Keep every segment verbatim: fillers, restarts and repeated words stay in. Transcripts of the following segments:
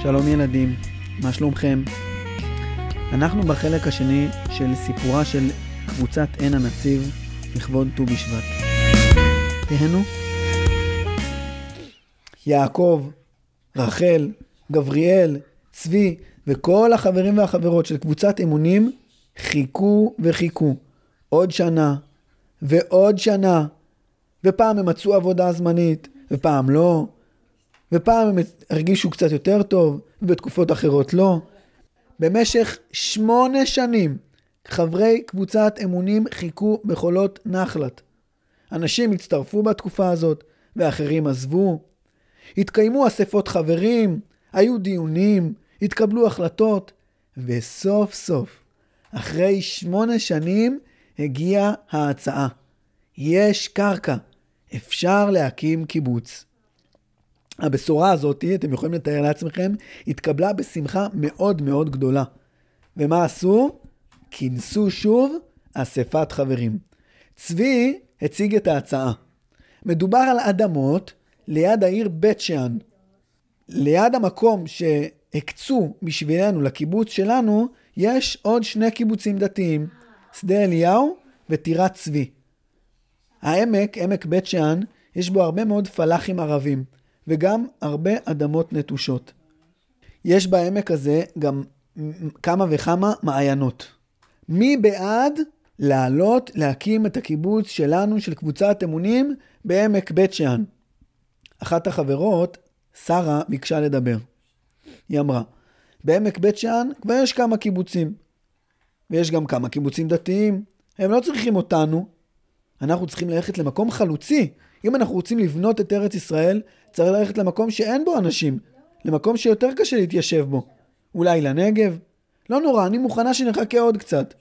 שלום ילדים, מה שלומכם? אנחנו בחלק השני של סיפורה של קבוצת עין הנציב לכבוד ט"ו בשבט. תהנו. יעקב, רחל, גבריאל, צבי וכל החברים והחברות של קבוצת אמונים חיכו וחיכו עוד שנה ועוד שנה, ופעם הם מצאו עבודה זמנית ופעם לא, ופעם הם הרגישו קצת יותר טוב ובתקופות אחרות לא. במשך שמונה שנים חברי קבוצת אמונים חיכו בחולות נחלת. אנשים הצטרפו בתקופה הזאת ואחרים עזבו. התקיימו אספות חברים, היו דיונים, התקבלו החלטות, וסוף סוף, אחרי שמונה שנים, הגיעה ההצעה. יש קרקע, אפשר להקים קיבוץ. הבשורה הזאת, אתם יכולים לתאר לעצמכם, התקבלה בשמחה מאוד מאוד גדולה. ומה עשו? כינסו שוב אספת חברים. צבי הציג את ההצעה. מדובר על אדמות ליד העיר בית שאן. ליד המקום שהקצו בשבילנו לקיבוץ שלנו, יש עוד שני קיבוצים דתיים, שדה אליהו וטירת צבי. העמק, עמק בית שאן, יש בו הרבה מאוד פלחים ערבים, וגם הרבה אדמות נטושות. יש בעמק הזה גם כמה וכמה מעיינות. מי בעד לעלות להקים את הקיבוץ שלנו, של קבוצת אמונים, בעמק בית שאן? אחת החברות, שרה, ביקשה לדבר. היא אמרה, בעמק בית שאן כבר יש כמה קיבוצים, ויש גם כמה קיבוצים דתיים. הם לא צריכים אותנו. אנחנו צריכים ללכת למקום חלוצי. אם אנחנו רוצים לבנות את ארץ ישראל, צריך ללכת למקום שאין בו אנשים, למקום שיותר קשה להתיישב בו. אולי לנגב? לא נורא, אני מוכנה שנחכה עוד קצת.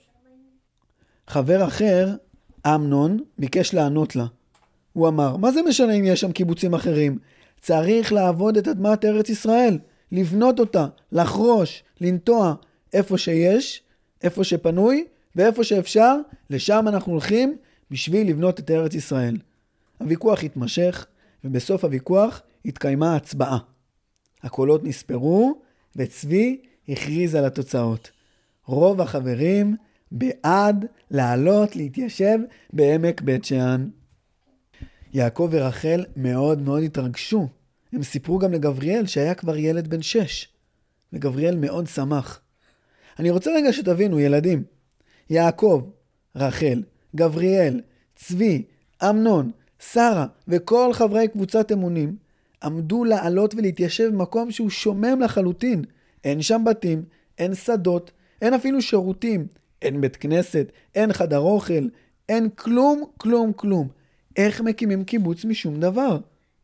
חבר אחר, אמנון, ביקש לענות לה. הוא אמר, מה זה משנה אם יש שם קיבוצים אחרים? צריך לעבוד את אדמת ארץ ישראל, לבנות אותה, לחרוש, לנטוע, איפה שיש, איפה שפנוי, ואיפה שאפשר, לשם אנחנו הולכים בשביל לבנות את ארץ ישראל. הוויכוח התמשך, ובסוף הוויכוח התקיימה הצבעה. הקולות נספרו, וצבי הכריז על התוצאות. רוב החברים בעד לעלות להתיישב בעמק בית שאן. יעקב ורחל מאוד מאוד התרגשו. הם סיפרו גם לגבריאל שהיה כבר ילד בן שש. וגבריאל מאוד שמח. אני רוצה רגע שתבינו, ילדים. יעקב, רחל, גבריאל, צבי, אמנון, שרה וכל חברי קבוצת אמונים עמדו לעלות ולהתיישב במקום שהוא שומם לחלוטין. אין שם בתים, אין שדות, אין אפילו שירותים, אין בית כנסת, אין חדר אוכל, אין כלום, כלום, כלום. איך מקימים קיבוץ משום דבר?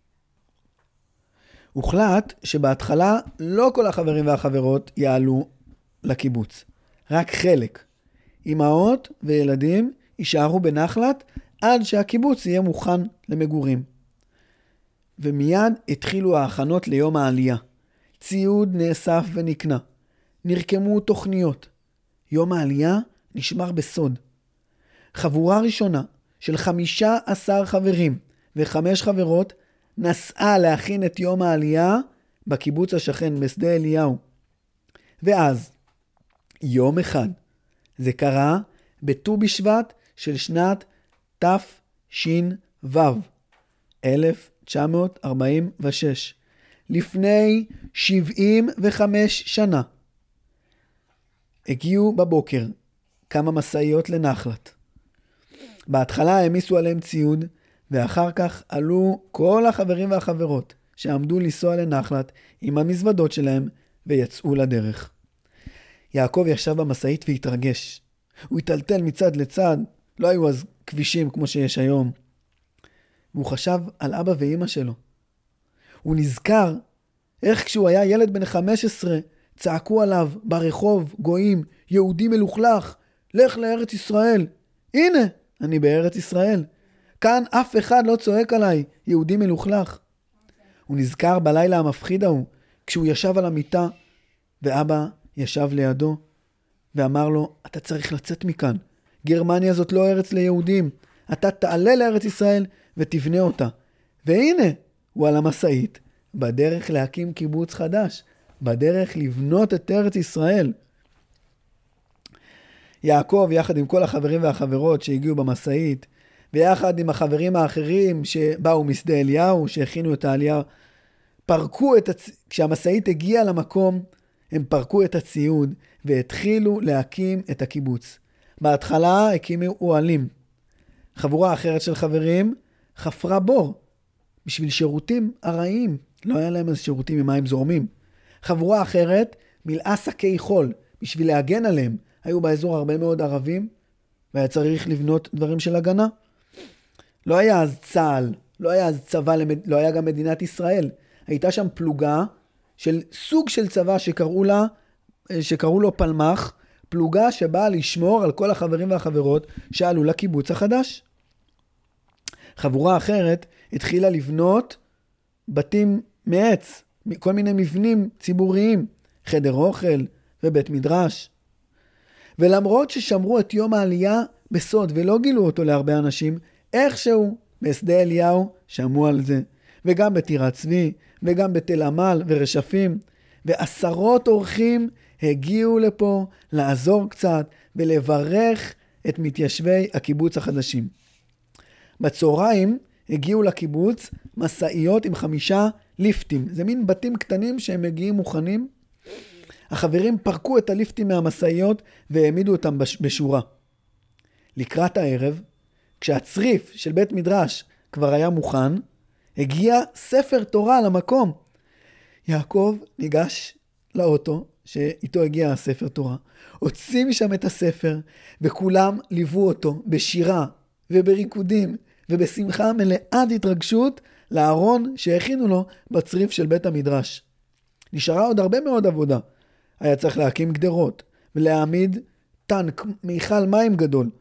הוחלט שבהתחלה לא כל החברים והחברות יעלו לקיבוץ. רק חלק. אמהות וילדים יישארו בנחלת עד שהקיבוץ יהיה מוכן למגורים. ומיד התחילו ההכנות ליום העלייה. ציוד נאסף ונקנה. נרקמו תוכניות. יום העלייה נשמר בסוד. חבורה ראשונה של חמישה עשר חברים וחמש חברות נסעה להכין את יום העלייה בקיבוץ השכן בשדה אליהו. ואז, יום אחד, זה קרה בט"ו בשבט של שנת תש"ו, אלף תשע מאות ארבעים ושש, לפני שבעים וחמש שנה. הגיעו בבוקר כמה מסעיות לנחלת. בהתחלה העמיסו עליהם ציוד, ואחר כך עלו כל החברים והחברות שעמדו לנסוע לנחלת עם המזוודות שלהם ויצאו לדרך. יעקב ישב במסעית והתרגש. הוא התלתל מצד לצד, לא היו אז כבישים כמו שיש היום. והוא חשב על אבא ואמא שלו. הוא נזכר איך כשהוא היה ילד בן חמש עשרה צעקו עליו ברחוב גויים, יהודי מלוכלך, לך לארץ ישראל. הנה, אני בארץ ישראל. כאן אף אחד לא צועק עליי, יהודי מלוכלך. הוא נזכר בלילה המפחיד ההוא, כשהוא ישב על המיטה, ואבא ישב לידו, ואמר לו, אתה צריך לצאת מכאן. גרמניה זאת לא ארץ ליהודים. אתה תעלה לארץ ישראל ותבנה אותה. והנה, הוא על המסעית, בדרך להקים קיבוץ חדש, בדרך לבנות את ארץ ישראל. יעקב יחד עם כל החברים והחברות שהגיעו במסעית, ויחד עם החברים האחרים שבאו משדה אליהו, שהכינו את העלייה, פרקו את הצ... כשהמסעית הגיעה למקום, הם פרקו את הציוד והתחילו להקים את הקיבוץ. בהתחלה הקימו אוהלים. חבורה אחרת של חברים חפרה בור בשביל שירותים ארעיים. לא היה להם איזה שירותים עם מים זורמים. חבורה אחרת מילאה שקי חול בשביל להגן עליהם. היו באזור הרבה מאוד ערבים והיה צריך לבנות דברים של הגנה. לא היה אז צה"ל, לא היה אז צבא, למד... לא היה גם מדינת ישראל. הייתה שם פלוגה של סוג של צבא שקראו לה, שקראו לו פלמח, פלוגה שבאה לשמור על כל החברים והחברות שעלו לקיבוץ החדש. חבורה אחרת התחילה לבנות בתים מעץ, כל מיני מבנים ציבוריים, חדר אוכל ובית מדרש. ולמרות ששמרו את יום העלייה בסוד ולא גילו אותו להרבה אנשים, איכשהו בשדה אליהו שמעו על זה. וגם בטירת צבי, וגם בתל עמל ורשפים, ועשרות אורחים הגיעו לפה לעזור קצת ולברך את מתיישבי הקיבוץ החדשים. בצהריים הגיעו לקיבוץ מסעיות עם חמישה ליפטים. זה מין בתים קטנים שהם מגיעים מוכנים. החברים פרקו את הליפטים מהמסעיות והעמידו אותם בשורה. לקראת הערב, כשהצריף של בית מדרש כבר היה מוכן, הגיע ספר תורה למקום. יעקב ניגש לאוטו שאיתו הגיע הספר תורה, הוציא משם את הספר, וכולם ליוו אותו בשירה ובריקודים ובשמחה מלאת התרגשות לארון שהכינו לו בצריף של בית המדרש. נשארה עוד הרבה מאוד עבודה. היה צריך להקים גדרות ולהעמיד טנק, מיכל מים גדול.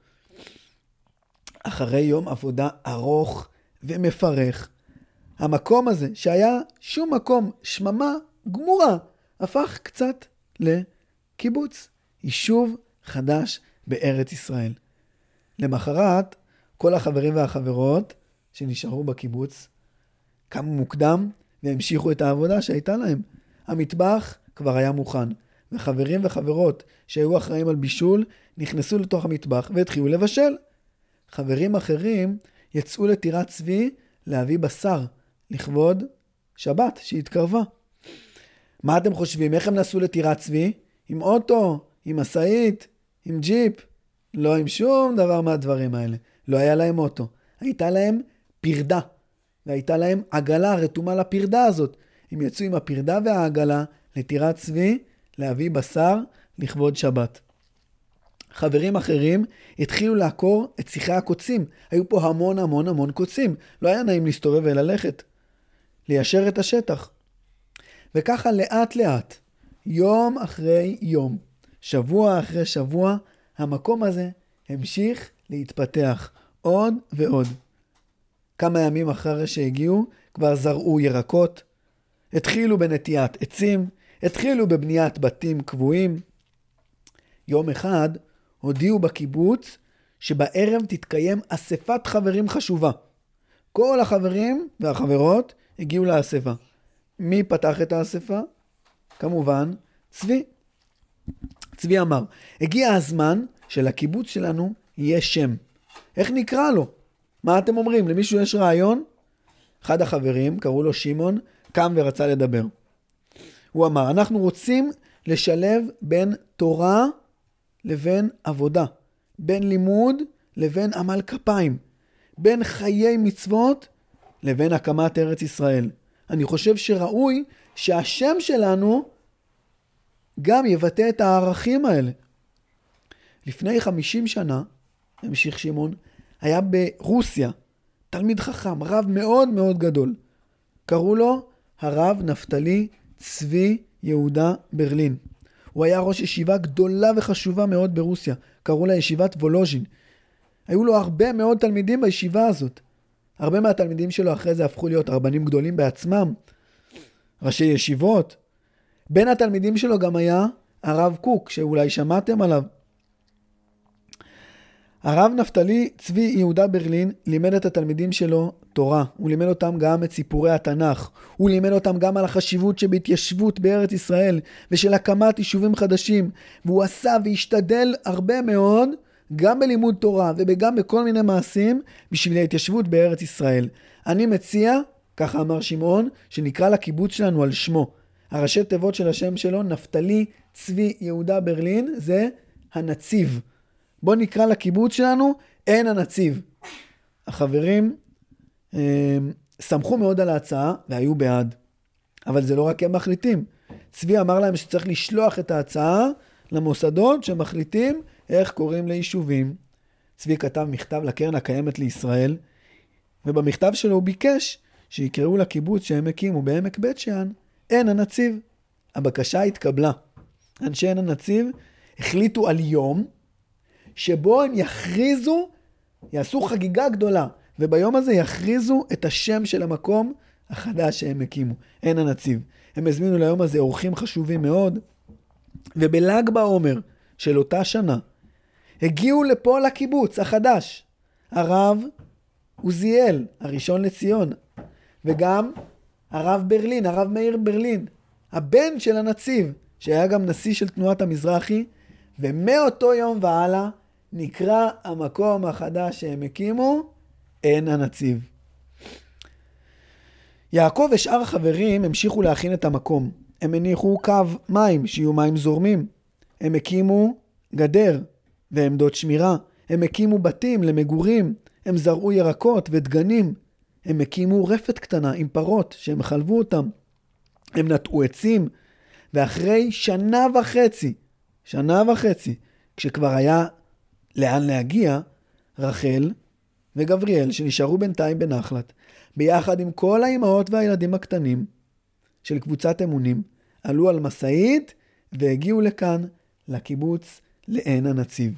אחרי יום עבודה ארוך ומפרך, המקום הזה שהיה שום מקום, שממה גמורה, הפך קצת לקיבוץ, יישוב חדש בארץ ישראל. למחרת, כל החברים והחברות שנשארו בקיבוץ קמו מוקדם והמשיכו את העבודה שהייתה להם. המטבח כבר היה מוכן, וחברים וחברות שהיו אחראים על בישול נכנסו לתוך המטבח והתחילו לבשל. חברים אחרים יצאו לטירת צבי להביא בשר לכבוד שבת שהתקרבה. מה אתם חושבים? איך הם נסעו לטירת צבי? עם אוטו, עם מסעית, עם ג'יפ? לא עם שום דבר מהדברים האלה. לא היה להם אוטו. הייתה להם פרדה. והייתה להם עגלה רתומה לפרדה הזאת. הם יצאו עם הפרדה והעגלה לטירת צבי להביא בשר לכבוד שבת. חברים אחרים התחילו לעקור את שיחי הקוצים. היו פה המון המון המון קוצים. לא היה נעים להסתובב וללכת. ליישר את השטח. וככה לאט לאט, יום אחרי יום, שבוע אחרי שבוע, המקום הזה המשיך להתפתח עוד ועוד. כמה ימים אחרי שהגיעו, כבר זרעו ירקות, התחילו בנטיית עצים, התחילו בבניית בתים קבועים. יום אחד הודיעו בקיבוץ שבערב תתקיים אספת חברים חשובה. כל החברים והחברות הגיעו לאספה. מי פתח את האספה? כמובן, צבי. צבי אמר, הגיע הזמן שלקיבוץ שלנו יהיה שם. איך נקרא לו? מה אתם אומרים? למישהו יש רעיון? אחד החברים, קראו לו שמעון, קם ורצה לדבר. הוא אמר, אנחנו רוצים לשלב בין תורה לבין עבודה, בין לימוד לבין עמל כפיים, בין חיי מצוות לבין הקמת ארץ ישראל. אני חושב שראוי שהשם שלנו גם יבטא את הערכים האלה. לפני חמישים שנה, המשיך שמעון, היה ברוסיה תלמיד חכם, רב מאוד מאוד גדול. קראו לו הרב נפתלי צבי יהודה ברלין. הוא היה ראש ישיבה גדולה וחשובה מאוד ברוסיה. קראו לה ישיבת וולוז'ין. היו לו הרבה מאוד תלמידים בישיבה הזאת. הרבה מהתלמידים שלו אחרי זה הפכו להיות רבנים גדולים בעצמם, ראשי ישיבות. בין התלמידים שלו גם היה הרב קוק, שאולי שמעתם עליו. הרב נפתלי צבי יהודה ברלין לימד את התלמידים שלו תורה. הוא לימד אותם גם את סיפורי התנ"ך. הוא לימד אותם גם על החשיבות שבהתיישבות בארץ ישראל ושל הקמת יישובים חדשים. והוא עשה והשתדל הרבה מאוד גם בלימוד תורה וגם בכל מיני מעשים בשביל ההתיישבות בארץ ישראל. אני מציע, ככה אמר שמעון, שנקרא לקיבוץ שלנו על שמו. הראשי תיבות של השם שלו, נפתלי צבי יהודה ברלין, זה הנציב. בוא נקרא לקיבוץ שלנו, אין הנציב. החברים אה, שמחו מאוד על ההצעה והיו בעד. אבל זה לא רק הם מחליטים. צבי אמר להם שצריך לשלוח את ההצעה למוסדות שמחליטים איך קוראים ליישובים. צבי כתב מכתב לקרן הקיימת לישראל, ובמכתב שלו הוא ביקש שיקראו לקיבוץ שהם הקימו בעמק בית שאן, אין הנציב. הבקשה התקבלה. אנשי אין הנציב החליטו על יום שבו הם יכריזו, יעשו חגיגה גדולה, וביום הזה יכריזו את השם של המקום החדש שהם הקימו, אין הנציב. הם הזמינו ליום הזה אורחים חשובים מאוד, ובל"ג בעומר של אותה שנה, הגיעו לפה לקיבוץ החדש, הרב עוזיאל, הראשון לציון, וגם הרב ברלין, הרב מאיר ברלין, הבן של הנציב, שהיה גם נשיא של תנועת המזרחי, ומאותו יום והלאה נקרא המקום החדש שהם הקימו, אין הנציב. יעקב ושאר החברים המשיכו להכין את המקום. הם הניחו קו מים, שיהיו מים זורמים. הם הקימו גדר ועמדות שמירה. הם הקימו בתים למגורים. הם זרעו ירקות ודגנים. הם הקימו רפת קטנה עם פרות שהם חלבו אותם. הם נטעו עצים. ואחרי שנה וחצי, שנה וחצי, כשכבר היה לאן להגיע, רחל וגבריאל, שנשארו בינתיים בנחלת, ביחד עם כל האימהות והילדים הקטנים של קבוצת אמונים, עלו על מסעית והגיעו לכאן, לקיבוץ לעין הנציב.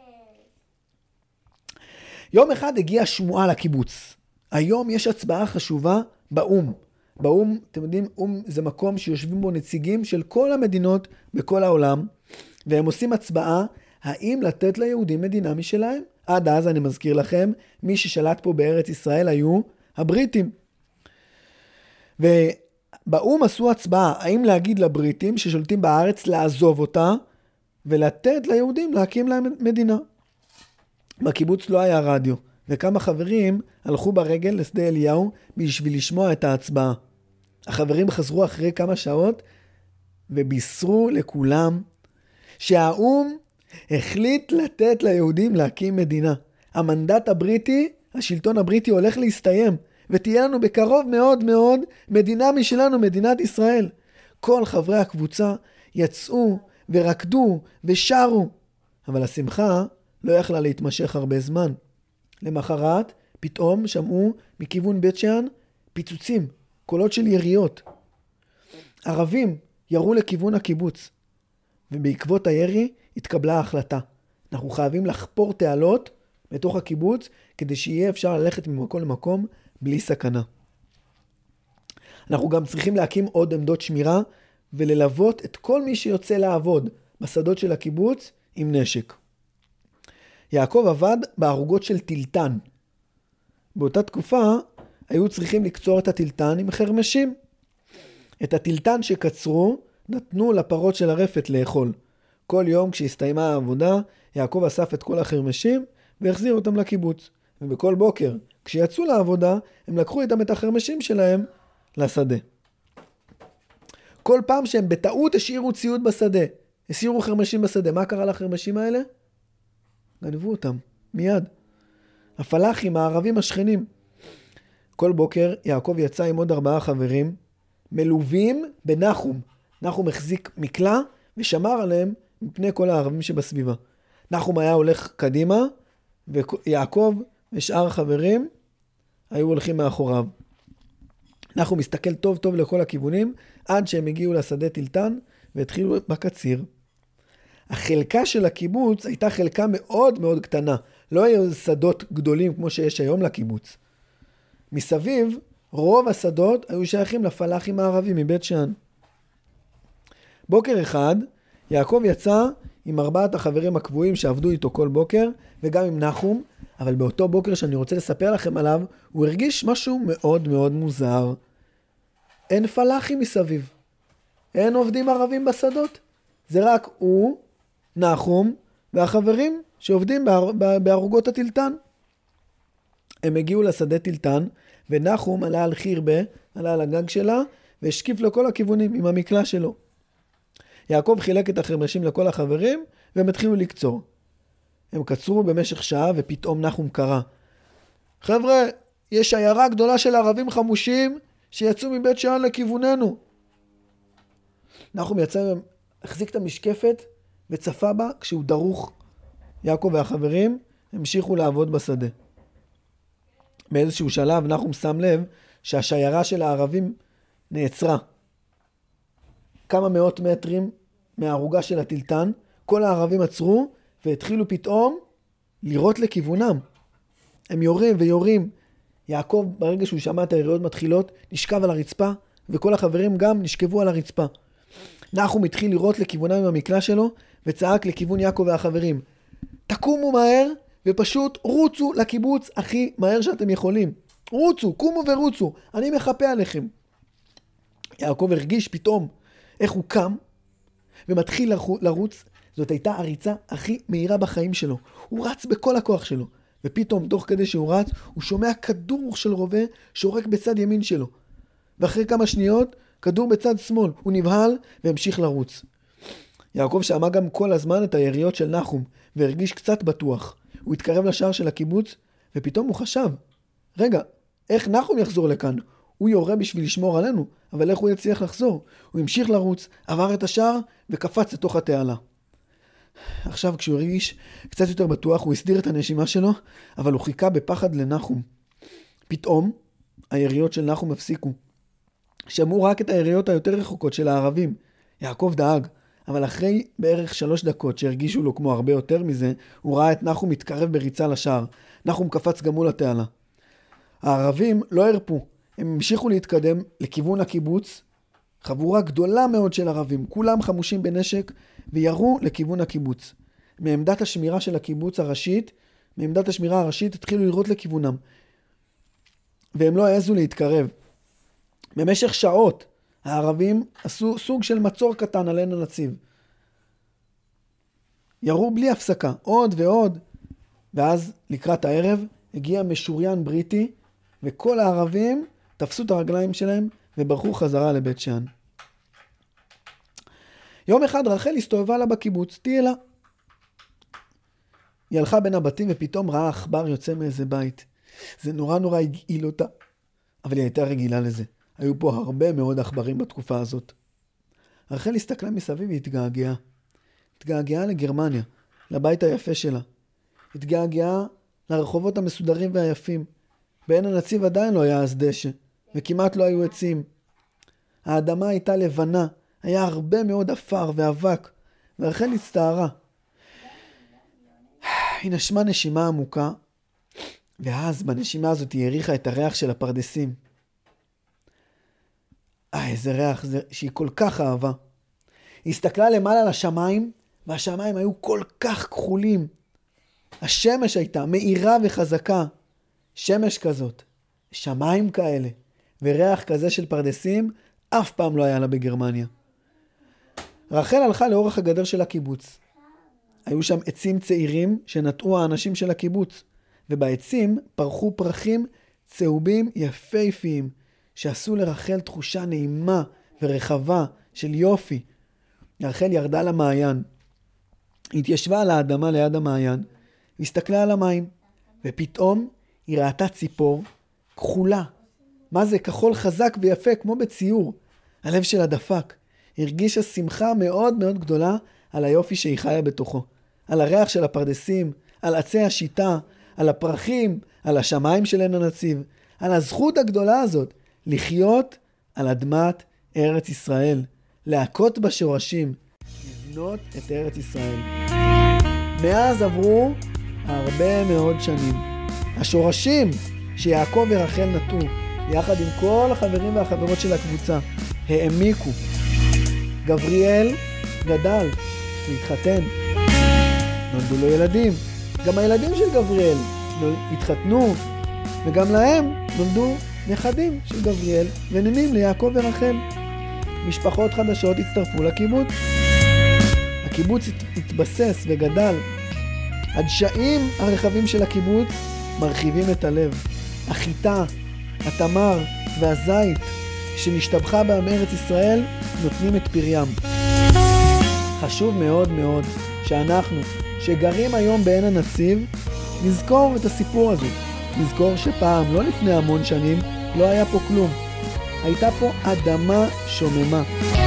יום אחד הגיעה שמועה לקיבוץ. היום יש הצבעה חשובה באום. באום, אתם יודעים, אום זה מקום שיושבים בו נציגים של כל המדינות בכל העולם, והם עושים הצבעה האם לתת ליהודים מדינה משלהם. עד אז אני מזכיר לכם, מי ששלט פה בארץ ישראל היו הבריטים. ובאום עשו הצבעה, האם להגיד לבריטים ששולטים בארץ לעזוב אותה, ולתת ליהודים להקים להם מדינה. בקיבוץ לא היה רדיו, וכמה חברים הלכו ברגל לשדה אליהו בשביל לשמוע את ההצבעה. החברים חזרו אחרי כמה שעות, ובישרו לכולם שהאום החליט לתת ליהודים להקים מדינה. המנדט הבריטי, השלטון הבריטי הולך להסתיים, ותהיה לנו בקרוב מאוד מאוד מדינה משלנו, מדינת ישראל. כל חברי הקבוצה יצאו ורקדו ושרו, אבל השמחה לא יכלה להתמשך הרבה זמן. למחרת פתאום שמעו מכיוון בית שאן פיצוצים, קולות של יריות. ערבים ירו לכיוון הקיבוץ, ובעקבות הירי התקבלה ההחלטה. אנחנו חייבים לחפור תעלות בתוך הקיבוץ, כדי שיהיה אפשר ללכת ממקום למקום בלי סכנה. אנחנו גם צריכים להקים עוד עמדות שמירה, וללוות את כל מי שיוצא לעבוד בשדות של הקיבוץ עם נשק. יעקב עבד בערוגות של טילטן. באותה תקופה היו צריכים לקצור את הטילטן עם חרמשים. את הטילטן שקצרו נתנו לפרות של הרפת לאכול. כל יום כשהסתיימה העבודה, יעקב אסף את כל החרמשים והחזיר אותם לקיבוץ. ובכל בוקר, כשיצאו לעבודה, הם לקחו איתם את החרמשים שלהם לשדה. כל פעם שהם בטעות השאירו ציוד בשדה, השאירו חרמשים בשדה, מה קרה לחרמשים האלה? גנבו אותם, מיד. הפלאחים, הערבים השכנים. כל בוקר יעקב יצא עם עוד ארבעה חברים, מלווים בנחום. נחום החזיק מקלה ושמר עליהם מפני כל הערבים שבסביבה. נחום היה הולך קדימה, ויעקב ושאר החברים היו הולכים מאחוריו. נחום מסתכל טוב טוב לכל הכיוונים, עד שהם הגיעו לשדה טילטן והתחילו בקציר. החלקה של הקיבוץ הייתה חלקה מאוד מאוד קטנה. לא היו שדות גדולים כמו שיש היום לקיבוץ. מסביב, רוב השדות היו שייכים לפלאחים הערבים מבית שאן. בוקר אחד, יעקב יצא עם ארבעת החברים הקבועים שעבדו איתו כל בוקר, וגם עם נחום, אבל באותו בוקר שאני רוצה לספר לכם עליו, הוא הרגיש משהו מאוד מאוד מוזר. אין פלאחים מסביב. אין עובדים ערבים בשדות. זה רק הוא, נחום, והחברים שעובדים בערוגות הטילטן. הם הגיעו לשדה טילטן, ונחום עלה על חירבה, עלה על הגג שלה, והשקיף לכל הכיוונים עם המקלה שלו. יעקב חילק את החרמשים לכל החברים, והם התחילו לקצור. הם קצרו במשך שעה, ופתאום נחום קרא. חבר'ה, יש עיירה גדולה של ערבים חמושים, שיצאו מבית שאן לכיווננו. נחום יצא, החזיק את המשקפת, וצפה בה כשהוא דרוך. יעקב והחברים המשיכו לעבוד בשדה. באיזשהו שלב נחום שם לב שהשיירה של הערבים נעצרה. כמה מאות מטרים מהערוגה של הטילטן, כל הערבים עצרו והתחילו פתאום לירות לכיוונם. הם יורים ויורים. יעקב ברגע שהוא שמע את היריות מתחילות נשכב על הרצפה, וכל החברים גם נשכבו על הרצפה. נחום התחיל לירות לכיוונם עם המקלה שלו וצעק לכיוון יעקב והחברים. תקומו מהר ופשוט רוצו לקיבוץ הכי מהר שאתם יכולים. רוצו, קומו ורוצו, אני מחפה עליכם. יעקב הרגיש פתאום איך הוא קם ומתחיל לרוץ. זאת הייתה הריצה הכי מהירה בחיים שלו. הוא רץ בכל הכוח שלו. ופתאום תוך כדי שהוא רץ הוא שומע כדור של רובה שורק בצד ימין שלו. ואחרי כמה שניות כדור בצד שמאל. הוא נבהל והמשיך לרוץ. יעקב שמע גם כל הזמן את היריות של נחום והרגיש קצת בטוח. הוא התקרב לשער של הקיבוץ ופתאום הוא חשב, רגע, איך נחום יחזור לכאן? הוא יורה בשביל לשמור עלינו, אבל איך הוא יצליח לחזור? הוא המשיך לרוץ, עבר את השער וקפץ לתוך התעלה. עכשיו כשהוא הרגיש קצת יותר בטוח, הוא הסדיר את הנשימה שלו, אבל הוא חיכה בפחד לנחום. פתאום היריות של נחום הפסיקו. שמעו רק את היריות היותר רחוקות של הערבים. יעקב דאג, אבל אחרי בערך שלוש דקות שהרגישו לו כמו הרבה יותר מזה, הוא ראה את נחום מתקרב בריצה לשער. נחום קפץ גם מול התעלה. הערבים לא הרפו, הם המשיכו להתקדם לכיוון הקיבוץ, חבורה גדולה מאוד של ערבים, כולם חמושים בנשק, וירו לכיוון הקיבוץ. מעמדת השמירה של הקיבוץ הראשית, מעמדת השמירה הראשית התחילו לראות לכיוונם, והם לא העזו להתקרב. במשך שעות הערבים עשו סוג של מצור קטן על עין הנציב. ירו בלי הפסקה, עוד ועוד, ואז לקראת הערב הגיע משוריין בריטי, וכל הערבים תפסו את הרגליים שלהם וברחו חזרה לבית שאן. יום אחד רחל הסתובבה לה בקיבוץ, תהיה לה. היא הלכה בין הבתים ופתאום ראה עכבר יוצא מאיזה בית. זה נורא נורא הגעיל אותה, אבל היא הייתה רגילה לזה. היו פה הרבה מאוד עכברים בתקופה הזאת. רחל הסתכלה מסביב והתגעגעה. התגעגעה לגרמניה, לבית היפה שלה. התגעגעה לרחובות המסודרים והיפים. בעין הנציב עדיין לא היה אז דשא, וכמעט לא היו עצים. האדמה הייתה לבנה, היה הרבה מאוד אפר ואבק, ורחל הצטערה. היא נשמה נשימה עמוקה, ואז בנשימה הזאת היא הריחה את הריח של הפרדסים. אה, איזה ריח זה, שהיא כל כך אהבה. היא הסתכלה למעלה לשמיים, והשמיים היו כל כך כחולים. השמש הייתה מאירה וחזקה. שמש כזאת, שמיים כאלה, וריח כזה של פרדסים, אף פעם לא היה לה בגרמניה. רחל הלכה לאורך הגדר של הקיבוץ. היו שם עצים צעירים שנטעו האנשים של הקיבוץ, ובעצים פרחו פרחים צהובים יפהפיים, שעשו לרחל תחושה נעימה ורחבה של יופי. רחל ירדה למעיין. היא התיישבה על האדמה ליד המעיין, והסתכלה על המים, ופתאום היא ראתה ציפור כחולה. מה זה? כחול חזק ויפה כמו בציור. הלב שלה דפק. הרגישה שמחה מאוד מאוד גדולה על היופי שהיא חיה בתוכו. על הריח של הפרדסים, על עצי השיטה, על הפרחים, על השמיים של עין הנציב, על הזכות הגדולה הזאת לחיות על אדמת ארץ ישראל, להכות בשורשים, לבנות את ארץ ישראל. מאז עברו הרבה מאוד שנים. השורשים שיעקב ורחל נטעו, יחד עם כל החברים והחברות של הקבוצה, העמיקו. גבריאל גדל והתחתן. נולדו לו ילדים. גם הילדים של גבריאל התחתנו, וגם להם נולדו נכדים של גבריאל ונינים ליעקב ורחל. משפחות חדשות הצטרפו לקיבוץ. הקיבוץ התבסס וגדל. הדשאים הרחבים של הקיבוץ מרחיבים את הלב. החיטה, התמר והזית שנשתבחה בעם ארץ ישראל נותנים את פריים. חשוב מאוד מאוד שאנחנו שגרים היום בעין הנציב נזכור את הסיפור הזה. נזכור שפעם, לא לפני המון שנים, לא היה פה כלום. הייתה פה אדמה שוממה.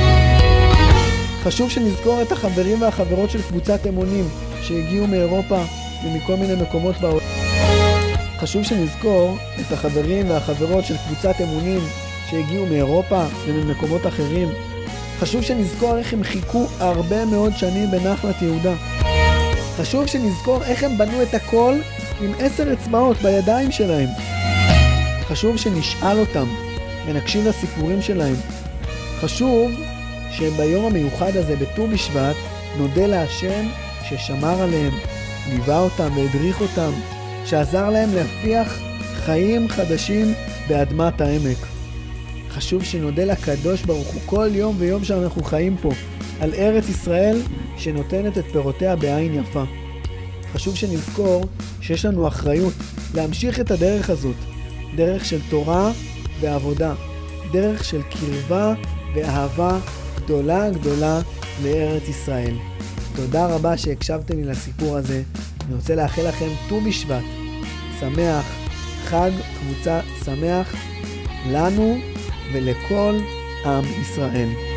חשוב שנזכור את החברים והחברות של קבוצת אמונים שהגיעו מאירופה ומכל מיני מקומות בעולם. חשוב שנזכור את החברים והחברות של קבוצת אמונים שהגיעו מאירופה וממקומות אחרים. חשוב שנזכור איך הם חיכו הרבה מאוד שנים בנחלת יהודה. חשוב שנזכור איך הם בנו את הכל עם עשר אצבעות בידיים שלהם. חשוב שנשאל אותם ונקשיב לסיפורים שלהם. חשוב שביום המיוחד הזה בט"ו בשבט נודה להשם ששמר עליהם, ליווה אותם והדריך אותם, שעזר להם להפיח חיים חדשים באדמת העמק. חשוב שנודה לקדוש ברוך הוא כל יום ויום שאנחנו חיים פה, על ארץ ישראל שנותנת את פירותיה בעין יפה. חשוב שנזכור שיש לנו אחריות להמשיך את הדרך הזאת, דרך של תורה ועבודה, דרך של קרבה ואהבה גדולה גדולה לארץ ישראל. תודה רבה שהקשבתם לי לסיפור הזה. אני רוצה לאחל לכם ט"ו בשבט שמח, חג קבוצה שמח לנו ולכל עם ישראל.